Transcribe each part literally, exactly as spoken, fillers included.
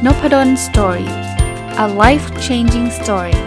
Noppadan Story. A life-changing story.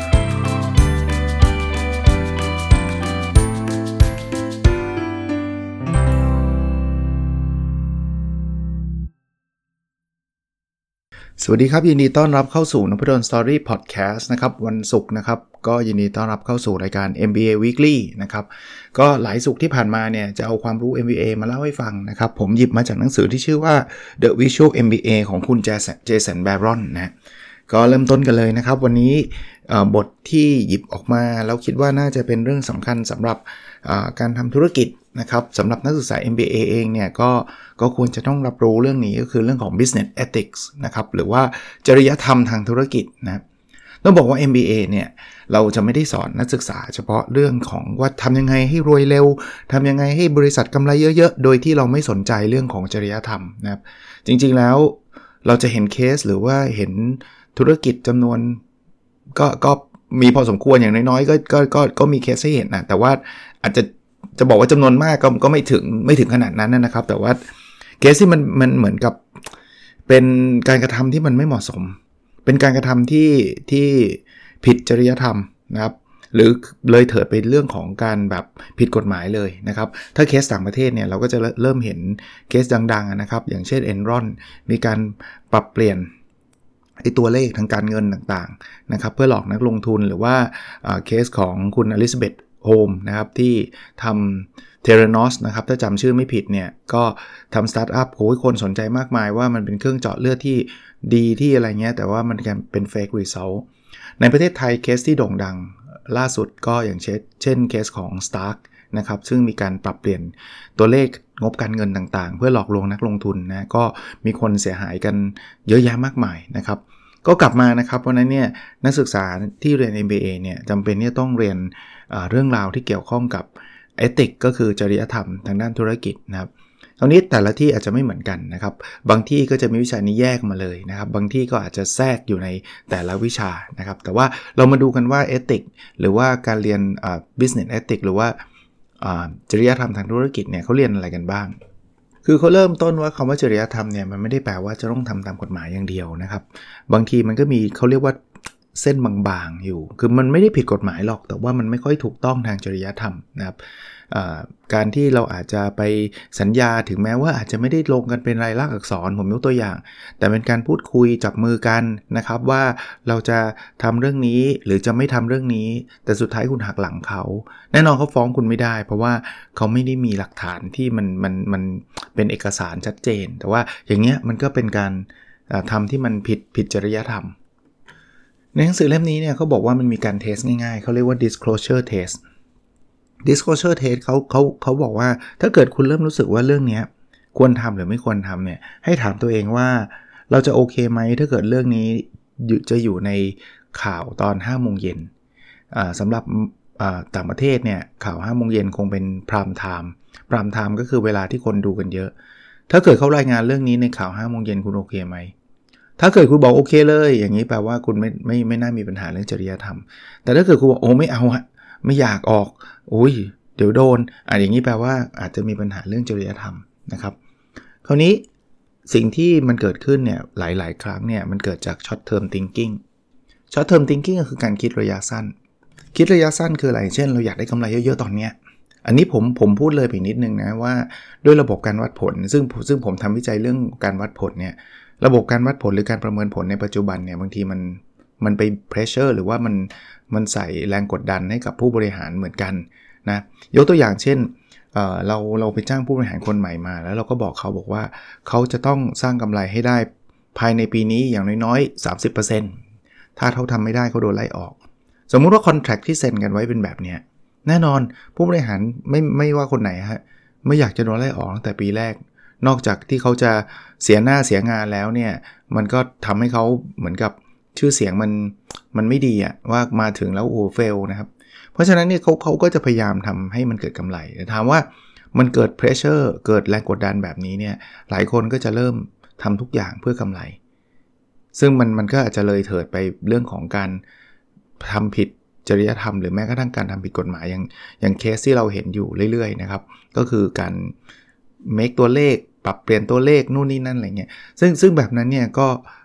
สวัสดีครับยินดีต้อนรับเข้าสู่ Noppadan Story Podcast นะครับวันศุกร์นะครับก็ยินดีต้อนรับเข้าสู่รายการ เอ็ม บี เอ Weekly นะครับก็หลายศุกร์ที่ผ่านมาเนี่ยจะเอาความรู้ เอ็ม บี เอ มาเล่าให้ฟังนะครับผมหยิบมาจากหนังสือที่ชื่อว่า The Visual เอ็ม บี เอ ของคุณเจสันแบรอนนะก็เริ่มต้นกันเลยนะครับวันนี้บทที่หยิบออกมาแล้วคิดว่าน่าจะเป็นเรื่องสำคัญสำหรับการทำธุรกิจนะครับสำหรับนักศึกษา เอ็ม บี เอ เองเนี่ยก็ก็ควรจะต้องรับรู้เรื่องนี้ก็คือเรื่องของ business ethics นะครับหรือว่าจริยธรรมทางธุรกิจนะต้องบอกว่า เอ็ม บี เอ เนี่ยเราจะไม่ได้สอนนักศึกษาเฉพาะเรื่องของว่าทำยังไงให้รวยเร็วทำยังไงให้บริษัทกำไรเยอะๆโดยที่เราไม่สนใจเรื่องของจริยธรรมนะครับจริงๆแล้วเราจะเห็นเคสหรือว่าเห็นธุรกิจจำนวนก็ก็มีพอสมควรอย่างน้อยๆก็ก็ก็ก็มีเคสให้เห็นนะแต่ว่าอาจจะจะบอกว่าจำนวนมากก็ก็ไม่ถึงไม่ถึงขนาดนั้นนะครับแต่ว่าเคสที่มันมันเหมือนกับเป็นการกระทำที่มันไม่เหมาะสมเป็นการกระทำที่ที่ผิดจริยธรรมนะครับหรือเลยเถิดไปเรื่องของการแบบผิดกฎหมายเลยนะครับถ้าเคสต่างประเทศเนี่ยเราก็จะเริ่มเห็นเคสดังๆนะครับอย่างเช่น Enron มีการปรับเปลี่ยนไอ้ตัวเลขทางการเงินต่างๆนะครับเพื่อหลอกนักลงทุนหรือว่าเคสของคุณอลิซาเบธโฮมนะครับที่ทำ Theranos นะครับถ้าจำชื่อไม่ผิดเนี่ยก็ทำสตาร์ทอัพโอ้ยคนสนใจมากมายว่ามันเป็นเครื่องเจาะเลือดที่ดีที่อะไรเงี้ยแต่ว่ามันเป็น fake result ในประเทศไทยเคสที่โด่งดังล่าสุดก็อย่างเช่นเช่นเคสของ Stark นะครับซึ่งมีการปรับเปลี่ยนตัวเลขงบการเงินต่างๆเพื่อหลอกลวงนักลงทุนนะก็มีคนเสียหายกันเยอะแยะมากมายนะครับก็กลับมานะครับเพราะนั้นเนี่ยนักศึกษาที่เรียน เอ็ม บี เอ เนี่ยจำเป็นที่ต้องเรียนเรื่องราวที่เกี่ยวข้องกับ ethics ก็คือจริยธรรมทางด้านธุรกิจนะครับตรงนี้แต่ละที่อาจจะไม่เหมือนกันนะครับบางที่ก็จะมีวิชานี้แยกมาเลยนะครับบางที่ก็อาจจะแทรกอยู่ในแต่ละวิชานะครับแต่ว่าเรามาดูกันว่า ethics หรือว่าการเรียน business ethics หรือว่าจริยธรรมทางธุรกิจเนี่ยเขาเรียนอะไรกันบ้างคือเขาเริ่มต้นว่าคำว่าจริยธรรมเนี่ยมันไม่ได้แปลว่าจะต้องทำตามกฎหมายอย่างเดียวนะครับบางทีมันก็มีเขาเรียกว่าเส้นบางๆอยู่คือมันไม่ได้ผิดกฎหมายหรอกแต่ว่ามันไม่ค่อยถูกต้องทางจริยธรรมนะครับการที่เราอาจจะไปสัญญาถึงแม้ว่าอาจจะไม่ได้ลงกันเป็นลายลักษณ์อักษรผมยกตัวอย่างแต่เป็นการพูดคุยจับมือกันนะครับว่าเราจะทำเรื่องนี้หรือจะไม่ทำเรื่องนี้แต่สุดท้ายคุณหักหลังเขาแน่นอนเขาฟ้องคุณไม่ได้เพราะว่าเขาไม่ได้มีหลักฐานที่มันมันมันเป็นเอกสารชัดเจนแต่ว่าอย่างเงี้ยมันก็เป็นการทำที่มันผิดผิดจริยธรรมในหนังสือเล่มนี้เนี่ยเขาบอกว่ามันมีการเทสง่ายๆเขาเรียกว่า disclosure test disclosure test เขาเขาเขาบอกว่าถ้าเกิดคุณเริ่มรู้สึกว่าเรื่องนี้ควรทำหรือไม่ควรทำเนี่ยให้ถามตัวเองว่าเราจะโอเคไหมถ้าเกิดเรื่องนี้จะอยู่ในข่าวตอนห้าโมงเย็นสำหรับต่างประเทศเนี่ยข่าวห้าโมงเย็นคงเป็น prime time prime time ก็คือเวลาที่คนดูกันเยอะถ้าเกิดเขารายงานเรื่องนี้ในข่าวห้าโมงเย็นคุณโอเคไหมถ้าเกิดคุณบอกโอเคเลยอย่างนี้แปลว่าคุณไม่ไม่ไม่น่ามีปัญหาเรื่องจริยธรรมแต่ถ้าเกิดคุณบอกโอ้ไม่เอาฮะไม่อยากออกอุ้ยเดี๋ยวโดนอ่ะอย่างนี้แปลว่าอาจจะมีปัญหาเรื่องจริยธรรมนะครับคราวนี้สิ่งที่มันเกิดขึ้นเนี่ยหลายๆครั้งเนี่ยมันเกิดจาก short term thinking short term thinking ก็คือการคิดระยะสั้นคิดระยะสั้นคืออะไรเช่นเราอยากได้กำไรเยอะๆตอนเนี้ยอันนี้ผมผมพูดเลยไปนิดนึงนะว่าด้วยระบบการวัดผลซึ่งซึ่งผมทำวิจัยเรื่องการวัดผลเนี่ยระบบการวัดผลหรือการประเมินผลในปัจจุบันเนี่ยบางทีมันมันไป pressure หรือว่ามันมันใส่แรงกดดันให้กับผู้บริหารเหมือนกันนะยกตัวอย่างเช่น เอ่อเราเราไปจ้างผู้บริหารคนใหม่มาแล้วเราก็บอกเขาบอกว่าเขาจะต้องสร้างกำไรให้ได้ภายในปีนี้อย่างน้อยๆ สามสิบเปอร์เซ็นต์ ถ้าเขาทำไม่ได้เขาโดนไล่ออกสมมุติว่าคอนแทรคที่เซ็นกันไว้เป็นแบบนี้แน่นอนผู้บริหารไม่ไม่ว่าคนไหนฮะไม่อยากจะโดนไล่ออกตั้งแต่ปีแรกนอกจากที่เขาจะเสียหน้าเสียงานแล้วเนี่ยมันก็ทำให้เขาเหมือนกับชื่อเสียงมันมันไม่ดีอะว่ามาถึงแล้วโอ้เฟลนะครับเพราะฉะนั้นเนี่ยเขาเขาก็จะพยายามทำให้มันเกิดกำไรแต่ถามว่ามันเกิดเพรสเชอร์เกิดแรงกดดันแบบนี้เนี่ยหลายคนก็จะเริ่มทำทุกอย่างเพื่อกำไรซึ่งมันมันก็อาจจะเลยเถิดไปเรื่องของการทำผิดจริยธรรมหรือแม้กระทั่งการทำผิดกฎหมายอย่างอย่างเคสที่เราเห็นอยู่เรื่อยๆนะครับก็คือการ make ตัวเลขปรับเปลี่ยนตัวเลขนู่นนี่นั่นอะไรเงี้ยซึ่งซึ่งแบบนั้นเนี่ยก็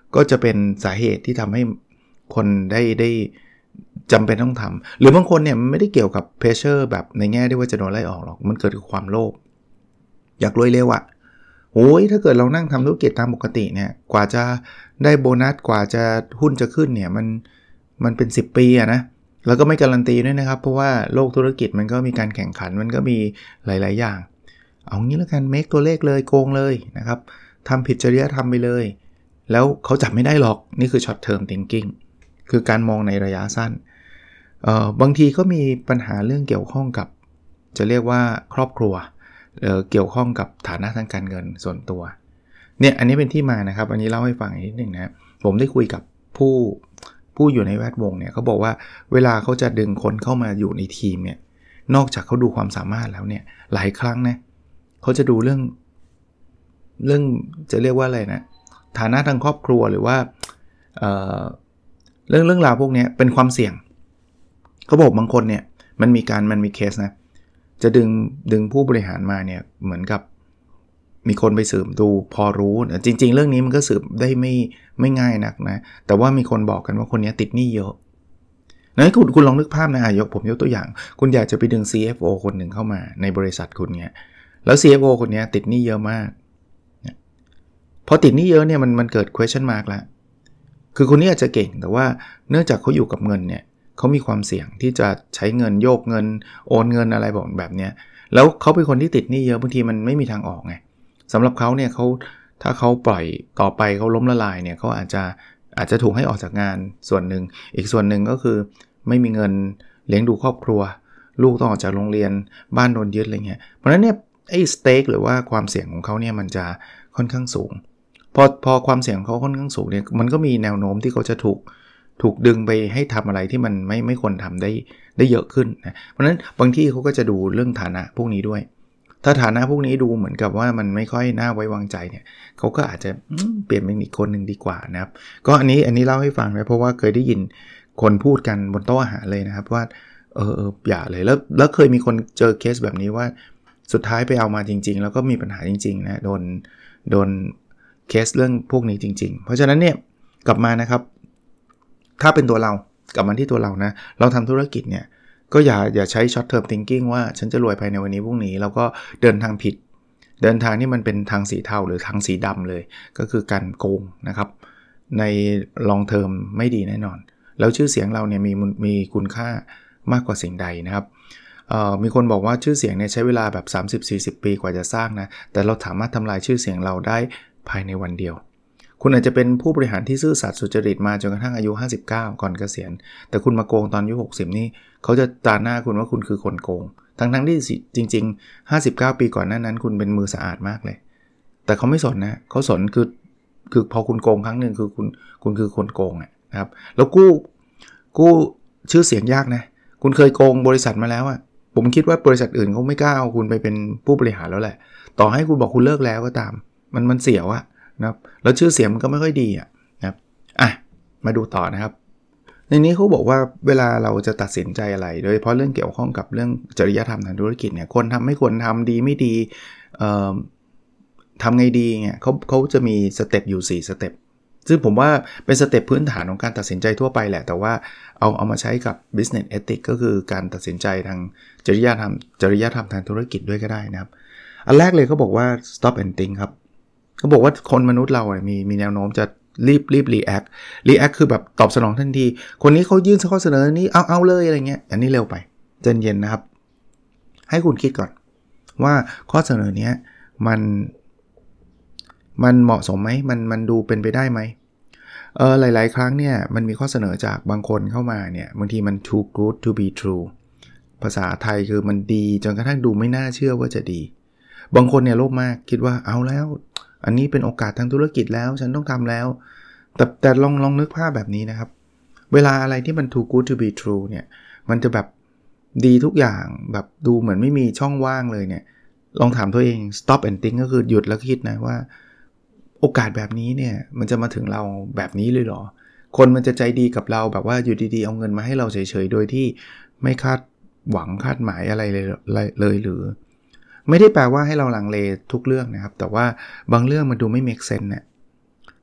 ก็จะเป็นสาเหตุที่ทำให้คนได้ได้จำเป็นต้องทำหรือบางคนเนี่ยมันไม่ได้เกี่ยวกับเพรสเชอร์แบบในแง่ที่ว่าจะโดนไล่ออกหรอกมันเกิดจากความโลภอยากรวยเร็วอะโอ้ยถ้าเกิดเรานั่งทำธุรกิจตามปกติเนี่ยกว่าจะได้โบนัสกว่าจะหุ้นจะขึ้นเนี่ยมันมันเป็นสิบปีอะนะแล้วก็ไม่การันตีด้วยนะครับเพราะว่าโลกธุรกิจมันก็มีการแข่งขันมันก็มีหลายๆอย่างเอางี้แล้วกันเมคตัวเลขเลยโกงเลยนะครับทำผิดจริยธรรมไปเลยแล้วเขาจับไม่ได้หรอกนี่คือ short term thinking คือการมองในระยะสั้นเอ่อบางทีก็มีปัญหาเรื่องเกี่ยวข้องกับจะเรียกว่าครอบครัวเอ่อเกี่ยวข้องกับฐานะทางการเงินส่วนตัวเนี่ยอันนี้เป็นที่มานะครับอันนี้เล่าให้ฟังอีกนิดนึงนะผมได้คุยกับผู้ผู้อยู่ในแวดวงเนี่ยเขาบอกว่าเวลาเขาจะดึงคนเข้ามาอยู่ในทีมเนี่ยนอกจากเขาดูความสามารถแล้วเนี่ยหลายครั้งนะเขาจะดูเรื่องเรื่องจะเรียกว่าอะไรนะฐานะทางครอบครัวหรือว่า เอ่อ เรื่องเรื่องราวพวกนี้เป็นความเสี่ยงเขาบอกบางคนเนี่ยมันมีการมันมีเคสนะจะดึงดึงผู้บริหารมาเนี่ยเหมือนกับมีคนไปสืบดูพอรู้จริงๆเรื่องนี้มันก็สืบได้ไม่ไม่ง่ายนักนะแต่ว่ามีคนบอกกันว่าคนนี้ติดหนี้เยอะนะคุณคุณลองนึกภาพนะยกผมยกตัวอย่างคุณอยากจะไปดึง ซี เอฟ โอ คนหนึ่งเข้ามาในบริษัทคุณเนี่ยแล้ว ซี เอฟ โอ คนนี้ติดหนี้เยอะมากพอติดหนี้เยอะเนี่ยมันมันเกิด question mark แล้วคือคนนี้อาจจะเก่งแต่ว่าเนื่องจากเขาอยู่กับเงินเนี่ยเขามีความเสี่ยงที่จะใช้เงินโยกเงินโอนเงินอะไรแบบแบบเนี้ยแล้วเขาเป็นคนที่ติดหนี้เยอะบางทีมันไม่มีทางออกไงสำหรับเขาเนี่ยเขาถ้าเขาปล่อยต่อไปเขาล้มละลายเนี่ยเขาอาจจะอาจจะถูกให้ออกจากงานส่วนหนึ่งอีกส่วนหนึ่งก็คือไม่มีเงินเลี้ยงดูครอบครัวลูกต้องออกจากโรงเรียนบ้านโดนยึดอะไรเงี้ยเพราะฉะนั้นเนี่ยไอ้สเต็กหรือว่าความเสี่ยงของเขาเนี่ยมันจะค่อนข้างสูงพอพอความเสี่ยงของเขาค่อนข้างสูงเนี่ยมันก็มีแนวโน้มที่เขาจะถูกถูกดึงไปให้ทำอะไรที่มันไม่ไม่ควรทำได้ได้เยอะขึ้นนะเพราะฉะนั้นบางที่เขาก็จะดูเรื่องฐานะพวกนี้ด้วยถ้าฐานะพวกนี้ดูเหมือนกับว่ามันไม่ค่อยน่าไว้วางใจเนี่ยเขาก็อาจจะเปลี่ยนเป็นอีกคนหนึ่งดีกว่านะครับก็อันนี้อันนี้เล่าให้ฟังเลยเพราะว่าเคยได้ยินคนพูดกันบนโต๊ะอาหารเลยนะครับว่าเออเอออย่าเลยแล้วแล้วเคยมีคนเจอเคสแบบนี้ว่าสุดท้ายไปเอามาจริงๆแล้วก็มีปัญหาจริงๆนะโดนโดนเคสเรื่องพวกนี้จริงๆเพราะฉะนั้นเนี่ยกลับมานะครับถ้าเป็นตัวเรากลับมาที่ตัวเรานะเราทำธุรกิจเนี่ยก็อย่าอย่าใช้ short term thinking ว่าฉันจะรวยภายในวันนี้พรุ่งนี้แล้วก็เดินทางผิดเดินทางที่มันเป็นทางสีเทาหรือทางสีดำเลยก็คือการโกงนะครับใน long term ไม่ดีแน่นอนแล้วชื่อเสียงเราเนี่ยมีมีคุณค่ามากกว่าสิ่งใดนะครับมีคนบอกว่าชื่อเสียงเนี่ยใช้เวลาแบบ สามสิบถึงสี่สิบ ปีกว่าจะสร้างนะแต่เราสามารถทำลายชื่อเสียงเราได้ภายในวันเดียวคุณอาจจะเป็นผู้บริหารที่ซื่อสัตย์สุจริตมาจนกระทั่งอายุห้าสิบเก้าก่อนเกษียณแต่คุณมาโกงตอนอายุหกสิบนี่เขาจะตราหน้าคุณว่าคุณคือคนโกงทั้งๆที่จริงๆห้าสิบเก้าปีก่อนหน้านั้นคุณเป็นมือสะอาดมากเลยแต่เขาไม่สนนะเขาสนคือคือพอคุณโกงครั้งหนึ่งคือคุณคุณคือคนโกงนะครับแล้วกู้กู้ชื่อเสียงยากนะคุณเคยโกงบริษัทมาแล้วอ่ะผมคิดว่าบริษัทอื่นเขาไม่กล้าเอาคุณไปเป็นผู้บริหารแล้วแหละต่อให้คุณบอกคุณเลิกแล้วก็ตามมันมันเสียวอะนะครับแล้วชื่อเสียงมันก็ไม่ค่อยดีอ่ะนะครับอ่ะมาดูต่อนะครับในนี้เขาบอกว่าเวลาเราจะตัดสินใจอะไรโดยเฉพาะเรื่องเกี่ยวข้องกับเรื่องจริยธรรมทางธุรกิจเนี่ยควรทำไม่ควรทำดีไม่ดีเอ่อทำไงดีเนี่ยเขาเขาจะมีสเต็ปอยู่สี่สเต็ปซึ่งผมว่าเป็นสเต็ปพื้นฐานของการตัดสินใจทั่วไปแหละแต่ว่าเอาเอามาใช้กับ business ethics ก็คือการตัดสินใจทางจริยธรรมจริยธรรมทางธุรกิจด้วยก็ได้นะครับอันแรกเลยเขาบอกว่า stop and think ครับเขาบอกว่าคนมนุษย์เราเนี่ยมีมีแนวโน้มจะรีบรีบ react react คือแบบตอบสนองทันทีคนนี้เขายื่นข้อเสนอนี้เอาเอาเลยอะไรเงี้ยอันนี้เร็วไปใจเย็นนะครับให้คุณคิดก่อนว่าข้อเสนอเนี้ยมันมันเหมาะสมไหมมันมันดูเป็นไปได้ไหมเออหลายๆครั้งเนี่ยมันมีข้อเสนอจากบางคนเข้ามาเนี่ยบางทีมัน too good to be true ภาษาไทยคือมันดีจนกระทั่งดูไม่น่าเชื่อว่าจะดีบางคนเนี่ยโลภมากคิดว่าเอาแล้วอันนี้เป็นโอกาสทางธุรกิจแล้วฉันต้องทำแล้วแต่แต่ลองลองนึกภาพแบบนี้นะครับเวลาอะไรที่มัน too good to be true เนี่ยมันจะแบบดีทุกอย่างแบบดูเหมือนไม่มีช่องว่างเลยเนี่ยลองถามตัวเอง stop and think ก็คือหยุดแล้วคิดนะว่าโอกาสแบบนี้เนี่ยมันจะมาถึงเราแบบนี้เลยเหรอคนมันจะใจดีกับเราแบบว่าอยู่ดีๆเอาเงินมาให้เราเฉยๆโดยที่ไม่คาดหวังคาดหมายอะไรเลยเลยหรือไม่ได้แปลว่าให้เราลังเลทุกเรื่องนะครับแต่ว่าบางเรื่องมันดูไม่ make sense เนี่ย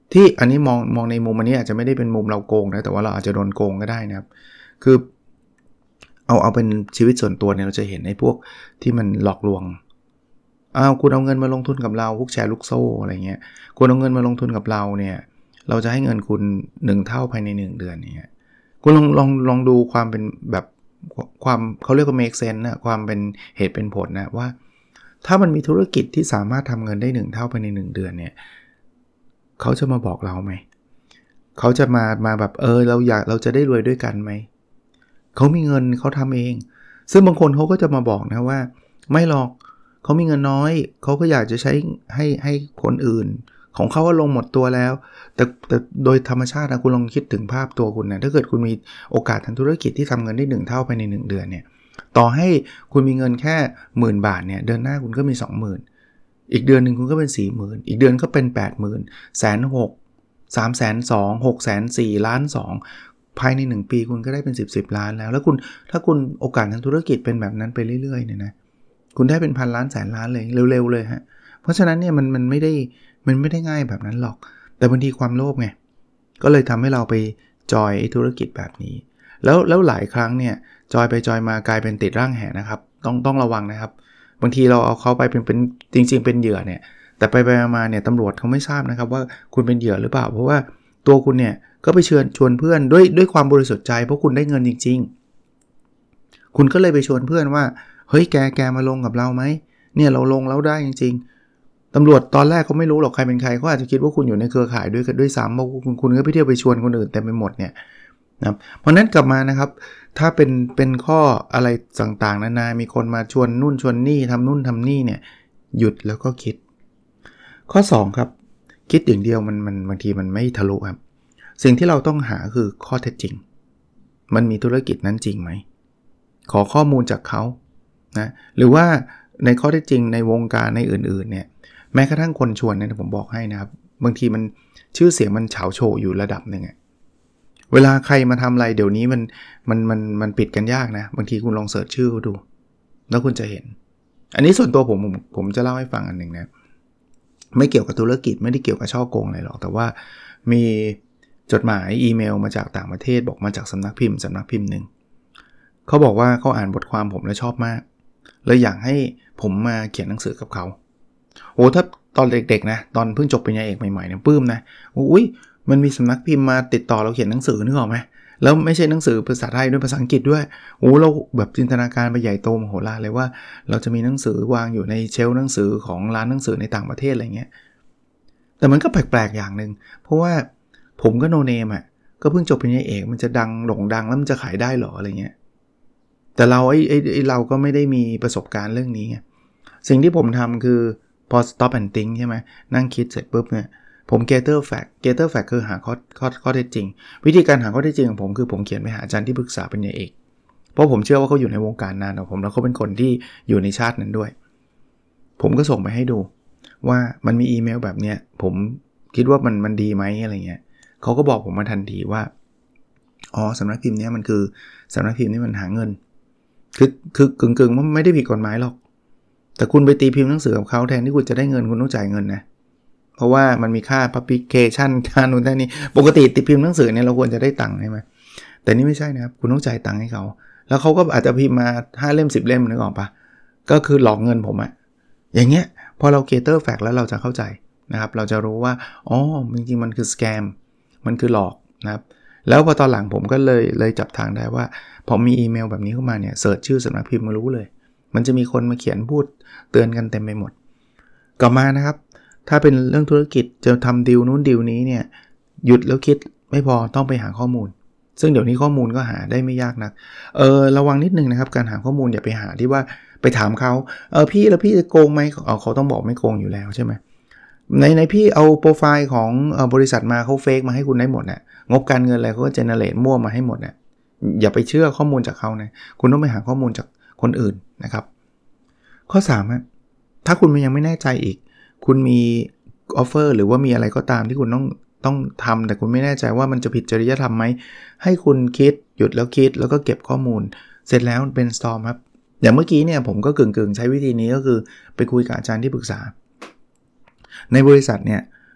ที่อันนี้มองมองในมุมอันนี้อาจจะไม่ได้เป็นมุมเราโกงนะแต่ว่าเราอาจจะโดนโกงก็ได้นะครับคือเอาเอาเป็นชีวิตส่วนตัวเนี่ยเราจะเห็นไอ้พวกที่มันหลอกลวงอ้าวคุณเอาเงินมาลงทุนกับเราพวกแชร์ลูกโซ่อะไรเงี้ยคุณเอาเงินมาลงทุนกับเราเนี่ยเราจะให้เงินคุณหนึ่งเท่าภายในหนึ่งเดือนเนี่ยคุณลองลองลองดูความเป็นแบบความเขาเรียกว่า make sense นะความเป็นเหตุเป็นผลนะว่าถ้ามันมีธุรกิจที่สามารถทำเงินได้หนึ่งเท่าภายในหนึ่งเดือนเนี่ยเขาจะมาบอกเราไหมเขาจะมามาแบบเออเราอยากเราจะได้รวยด้วยกันไหมเขามีเงินเขาทำเองซึ่งบางคนเขาก็จะมาบอกนะว่าไม่หรอกเขามีเงินน้อยเขาก็อยากจะใช้ให้ให้คนอื่นของเขาว่าลงหมดตัวแล้วแต่แต่โดยธรรมชาตินะคุณลองคิดถึงภาพตัวคุณนะถ้าเกิดคุณมีโอกาสทางธุรกิจที่ทำเงินได้หนึ่งเท่าภายในหนึ่งเดือนเนี่ยต่อให้คุณมีเงินแค่หมื่นบาทเนี่ยเดือนหน้าคุณก็มี สองหมื่น อีกเดือนนึงคุณก็เป็น สี่หมื่น อีกเดือนก็เป็น แปดหมื่น หนึ่งแสนหกหมื่น สามแสนสองหมื่น หกแสนสี่หมื่น ล้านสองภายในหนึ่งปีคุณก็ได้เป็นสิบ สิบล้านแล้วแล้วคุณถ้าคุณโอกาสทางธุรกิจเป็นแบบนั้นไปเรื่อยๆเนี่ยนะคุณได้เป็นพันล้านแสนล้านเลยเร็วๆเลยฮะเพราะฉะนั้นเนี่ยมันมันไม่ได้มันไม่ได้ง่ายแบบนั้นหรอกแต่บางทีความโลภไงก็เลยทำให้เราไปจอยธุรกิจแบบนี้แล้วแล้วหลายครั้งเนี่ยจอยไปจอยมากลายเป็นติดร่างแหนะครับต้องต้องระวังนะครับบางทีเราเอาเขาไปเป็นเป็นจริงๆเป็นเหยื่อเนี่ยแต่ไปไปมาเนี่ยตำรวจเขาไม่ทราบนะครับว่าคุณเป็นเหยื่อหรือเปล่าเพราะว่าตัวคุณเนี่ยก็ไปเชิญชวนเพื่อนด้วยด้วยความบริสุทธิ์ใจเพราะคุณได้เงินจริงๆคุณก็เลยไปชวนเพื่อนว่าเฮ้ยแกแกมาลงกับเราไหมเนี่ยเราลงแล้วได้จริงๆตำรวจตอนแรกเขาไม่รู้หรอกใครเป็นใครเขาอาจจะคิดว่าคุณอยู่ในเครือข่ายด้วยด้วยซ้ำเพราะคุณคุณก็ไปเที่ยวไปชวนคนอื่นเต็มไปหมดเนี่ยนะเพราะนั้นกลับมานะครับถ้าเป็นเป็นข้ออะไรต่างๆนานามีคนมาชวนนู่นชวนนี่ทำนู่นทำนี่เนี่ยหยุดแล้วก็คิดข้อสองครับคิดอย่างเดียวมันมันบางทีมันไม่ทะลุครับสิ่งที่เราต้องหาคือข้อเท็จจริงมันมีธุรกิจนั้นจริงไหมขอข้อมูลจากเขานะหรือว่าในข้อเท็จจริงในวงการในอื่นๆเนี่ยแม้กระทั่งคนชวนเนี่ยผมบอกให้นะครับบางทีมันชื่อเสียงมันเฉาโชว์อยู่ระดับหนึ่งอะเวลาใครมาทำอะไรเดี๋ยวนี้มันมันมันมันปิดกันยากนะบางทีคุณลองเสิร์ชชื่อดูแล้วคุณจะเห็นอันนี้ส่วนตัวผมผมผมจะเล่าให้ฟังอันหนึ่งนะไม่เกี่ยวกับธุรกิจไม่ได้เกี่ยวกับช่อโกงอะไรหรอกแต่ว่ามีจดหมายอีเมลมาจากต่างประเทศบอกมาจากสำนักพิมพ์สำนักพิมพ์หนึ่งเขาบอกว่าเขาอ่านบทความผมแล้วชอบมากเลยอยากให้ผมมาเขียนหนังสือกับเขาโอ้ถ้าตอนเด็กๆนะตอนเพิ่งจบปริญญาเอกใหม่ๆเนี่ยปลื้มนะอุ้ยมันมีสำนักพิมพ์มาติดต่อเราเขียนหนังสือนึกออกไหมแล้วไม่ใช่หนังสือภาษาไทยด้วยภาษาอังกฤษด้วยโอ้เราแบบจินตนาการไปใหญ่โตมโหฬารเลยว่าเราจะมีหนังสือวางอยู่ในเชลฟ์หนังสือของร้านหนังสือในต่างประเทศอะไรเงี้ยแต่มันก็แปลกๆอย่างนึงเพราะว่าผมก็โนเนมอ่ะก็เพิ่งจบปริญญาเอกมันจะดังโด่งดังแล้วมันจะขายได้หรออะไรเงี้ยแต่เราไอ้ไอ้ไอ้เราก็ไม่ได้มีประสบการณ์เรื่องนี้ไงสิ่งที่ผมทำคือพอ stop and think ใช่ไหมนั่งคิดเสร็จปุ๊บเนี่ยผม gather fact gather fact คือหาข้อข้อข้อเท็จจริงวิธีการหาข้อเท็จจริงของผมคือผมเขียนไปหาอาจารย์ที่ปรึกษาปริญญาเอกเพราะผมเชื่อว่าเขาอยู่ในวงการนานกว่าผมแล้วเขาเป็นคนที่อยู่ในชาตินั้นด้วยผมก็ส่งไปให้ดูว่ามันมีอีเมลแบบเนี้ยผมคิดว่ามันมันดีไหมอะไรเงี้ยเขาก็บอกผมมาทันทีว่าอ๋อสำนักพิมพ์เนี้ยมันคือสำนักพิมพ์นี่มันหาเงินคือคือกึ่งๆว่าไม่ได้ผิดกฎหมายหรอกแต่คุณไปตีพิมพ์หนังสือกับเขาแทนที่คุณจะได้เงินคุณต้องจ่ายเงินนะเพราะว่ามันมีค่า publication ค่านู่นค่านี้ปกติตีพิมพ์หนังสือเนี่ยเราควรจะได้ตังค์ใช่ไหมแต่นี่ไม่ใช่นะครับคุณต้องจ่ายตังค์ให้เขาแล้วเขาก็อาจจะพิมพ์มาห้าเล่มสิบเล่มนึกออกปะก็คือหลอกเงินผมอะอย่างเงี้ยพอเรา gather fact แล้วเราจะเข้าใจนะครับเราจะรู้ว่าอ๋อจริงๆมันคือ scam มันคือหลอกนะครับแล้วพอตอนหลังผมก็เลยเลยจับทางได้ว่าพอมีอีเมลแบบนี้เข้ามาเนี่ยเสิร์ชชื่อสำนักพิมพ์มารู้เลยมันจะมีคนมาเขียนพูดเตือนกันเต็มไปหมดกลับมานะครับถ้าเป็นเรื่องธุรกิจจะทำดีลนู้นดีลนี้เนี่ยหยุดแล้วคิดไม่พอต้องไปหาข้อมูลซึ่งเดี๋ยวนี้ข้อมูลก็หาได้ไม่ยากนักเออระวังนิดนึงนะครับการหาข้อมูลอย่าไปหาที่ว่าไปถามเขาเออพี่แล้วพี่จะโกงไหมเอาเขาต้องบอกไม่โกงอยู่แล้วใช่ไหมในในพี่เอาโปรไฟล์ของบริษัทมาเขาเฟกมาให้คุณได้หมดน่ะงบการเงินอะไรเขาก็เจเนเรตมั่วมาให้หมดน่ะอย่าไปเชื่อข้อมูลจากเขานะคุณต้องไปหาข้อมูลจากคนอื่นนะครับข้อสามฮะถ้าคุณยังไม่แน่ใจอีกคุณมีออฟเฟอร์หรือว่ามีอะไรก็ตามที่คุณต้องต้องทำแต่คุณไม่แน่ใจว่ามันจะผิดจริยธรรมไหมให้คุณคิดหยุดแล้วคิดแล้วก็เก็บข้อมูลเสร็จแล้วเป็น storm ครับอย่างเมื่อกี้เนี่ยผมก็กึ่งๆใช้วิธีนี้ก็คือไปคุยกับอาจารย์ที่ปรึกษาในบริษัทเนี่ย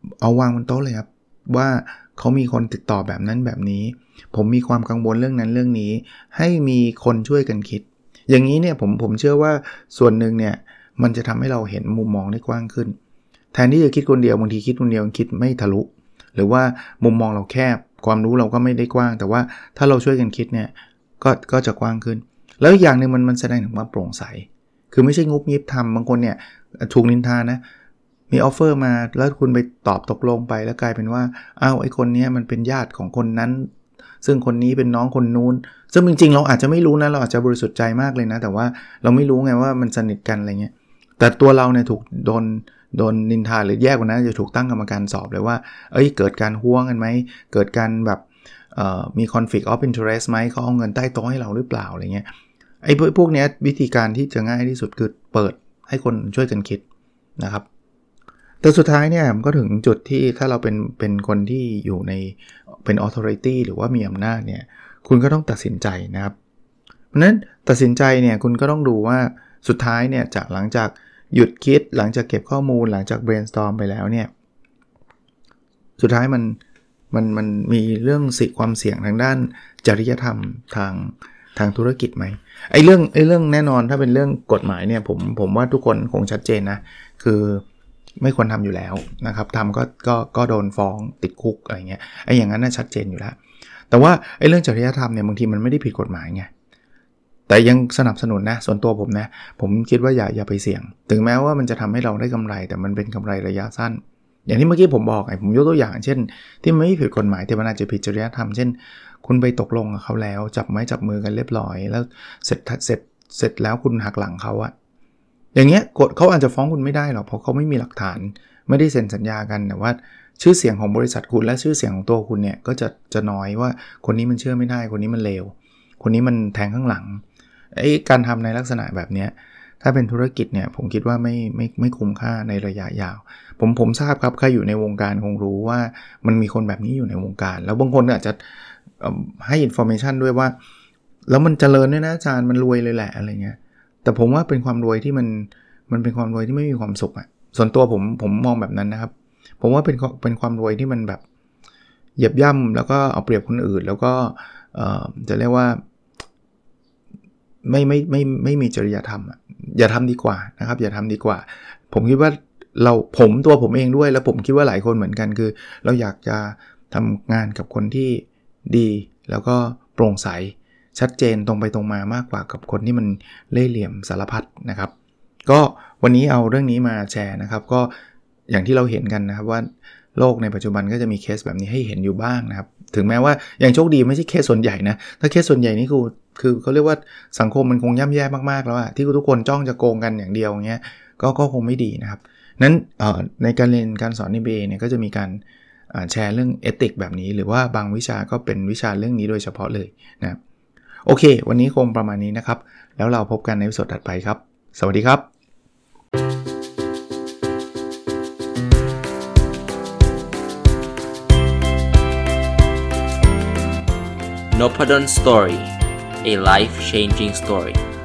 เอาวางบนโต๊ะเลยครับว่าเขามีคนติดต่อแบบนั้นแบบนี้ผมมีความกังวลเรื่องนั้นเรื่องนี้ให้มีคนช่วยกันคิดอย่างนี้เนี่ยผมผมเชื่อว่าส่วนหนึ่งเนี่ยมันจะทำให้เราเห็นมุมมองได้กว้างขึ้นแทนที่จะคิดคนเดียวบางทีคิดคนเดียวคิดไม่ทะลุหรือว่ามุมมองเราแคบความรู้เราก็ไม่ได้กว้างแต่ว่าถ้าเราช่วยกันคิดเนี่ยก็ก็จะกว้างขึ้นแล้วอย่างนึงมันมันแสดงถึงความโปร่งใสคือไม่ใช่งุบงิบทำบางคนเนี่ยถูกนินทานะมีออฟเฟอร์มาแล้วคุณไปตอบตกลงไปแล้วกลายเป็นว่าอ้าวไอ้คนนี้มันเป็นญาติของคนนั้นซึ่งคนนี้เป็นน้องคนนู้นซึ่งจริงๆเราอาจจะไม่รู้นะเราอาจจะบริสุทธิ์ใจมากเลยนะแต่ว่าเราไม่รู้ไงว่ามันสนิทกันอะไรเงี้ยแต่ตัวเราเนี่ยถูกโดนโดนนินทาหรือแย่กว่านั้นจะถูกตั้งกรรมการสอบเลยว่าเอ้ยเกิดการห่วงกันไหมเกิดการแบบมี conflict of interest ไหมเขาเอาเงินใต้โต๊ะให้เราหรือเปล่าอะไรเงี้ยไอ้พวกนี้วิธีการที่จะง่ายที่สุดคือเปิดให้คนช่วยกันคิดนะครับแต่สุดท้ายเนี่ยมันก็ถึงจุดที่ถ้าเราเป็นเป็นคนที่อยู่ในเป็น authority หรือว่ามีอำนาจเนี่ยคุณก็ต้องตัดสินใจนะครับเพราะฉะนั้นตัดสินใจเนี่ยคุณก็ต้องดูว่าสุดท้ายเนี่ยจากหลังจากหยุดคิดหลังจากเก็บข้อมูลหลังจาก brainstorm ไปแล้วเนี่ยสุดท้ายมันมันมันมีเรื่องสิความเสี่ยงทางด้านจริยธรรมทางทางธุรกิจไหมไอ้เรื่องไอ้เรื่องแน่นอนถ้าเป็นเรื่องกฎหมายเนี่ยผมผมว่าทุกคนคงชัดเจนนะคือไม่ควรทำอยู่แล้วนะครับทำก็ก็ก็โดนฟ้องติดคุกอะไรเงี้ยไอ้อย่างนั้นน่ะชัดเจนอยู่แล้วแต่ว่าไอ้เรื่องจริยธรรมเนี่ยบางทีมันไม่ได้ผิดกฎหมายไงแต่ยังสนับสนุนนะส่วนตัวผมนะผมคิดว่าอย่าอย่าไปเสี่ยงถึงแม้ว่ามันจะทำให้เราได้กำไรแต่มันเป็นกำไรระยะสั้นอย่างที่เมื่อกี้ผมบอกไงผมยกตัวอย่างเช่นที่ไม่ผิดกฎหมายแต่มันอาจจะผิดจริยธรรมเช่นคุณไปตกลงกับเขาแล้วจับไม้จับมือกันเรียบร้อยแล้วเสร็จเสร็จเสร็จแล้วคุณหักหลังเขาอะอย่างเงี้ยกฎเขาอาจจะฟ้องคุณไม่ได้หรอกเพราะเขาไม่มีหลักฐานไม่ได้เซ็นสัญญากันแต่ว่าชื่อเสียงของบริษัทคุณและชื่อเสียงของตัวคุณเนี่ยก็จะจะน้อยว่าคนนี้มันเชื่อไม่ได้คนนี้มันเลวคนนี้มันแทงข้างหลังไอ้การทำในลักษณะแบบนี้ถ้าเป็นธุรกิจเนี่ยผมคิดว่าไม่ไม่ไม่คุ้มค่าในระยะยาวผมผมทราบครับใครอยู่ในวงการคงรู้ว่ามันมีคนแบบนี้อยู่ในวงการแล้วบางคนอาจจะให้อินฟอร์เมชันด้วยว่าแล้วมันเจริญด้วยนะอาจารย์มันรวยเลยแหละอะไรเงี้ยแต่ผมว่าเป็นความรวยที่มันมันเป็นความรวยที่ไม่มีความสุขอ่ะส่วนตัวผมผมมองแบบนั้นนะครับผมว่าเป็นเป็นความรวยที่มันแบบเหยียบย่ำแล้วก็เอาเปรียบคนอื่นแล้วก็จะเรียกว่าไม่ไม่ไม่ไม่มีจริยธรรมอ่ะอย่าทำดีกว่านะครับอย่าทำดีกว่าผมคิดว่าเราผมตัวผมเองด้วยแล้วผมคิดว่าหลายคนเหมือนกันคือเราอยากจะทำงานกับคนที่ดีแล้วก็โปร่งใสชัดเจนตรงไปตรงมามากกว่ากับคนที่มันเล่ห์เหลี่ยมสารพัดนะครับก็วันนี้เอาเรื่องนี้มาแชร์นะครับก็อย่างที่เราเห็นกันนะครับว่าโลกในปัจจุบันก็จะมีเคสแบบนี้ให้เห็นอยู่บ้างนะครับถึงแม้ว่าอย่างโชคดีไม่ใช่เคสส่วนใหญ่นะถ้าเคสส่วนใหญ่นี่คือคือเขาเรียกว่าสังคมมันคงย่ำแย่มากๆแล้วอะที่ทุกคนจ้องจะโกงกันอย่างเดียวอย่างเงี้ยก็ก็คงไม่ดีนะครับนั้นในการเรียนการสอน เอ็ม บี เอ เนี่ยก็จะมีการแชร์เรื่องเอติกแบบนี้หรือว่าบางวิชาก็เป็นวิชาเรื่องนี้โดยเฉพาะเลยนะครับโอเควันนี้คงประมาณนี้นะครับแล้วเราพบกันในวิดีโอถัดไปครับสวัสดีครับ Nopadon Story, a life-changing story.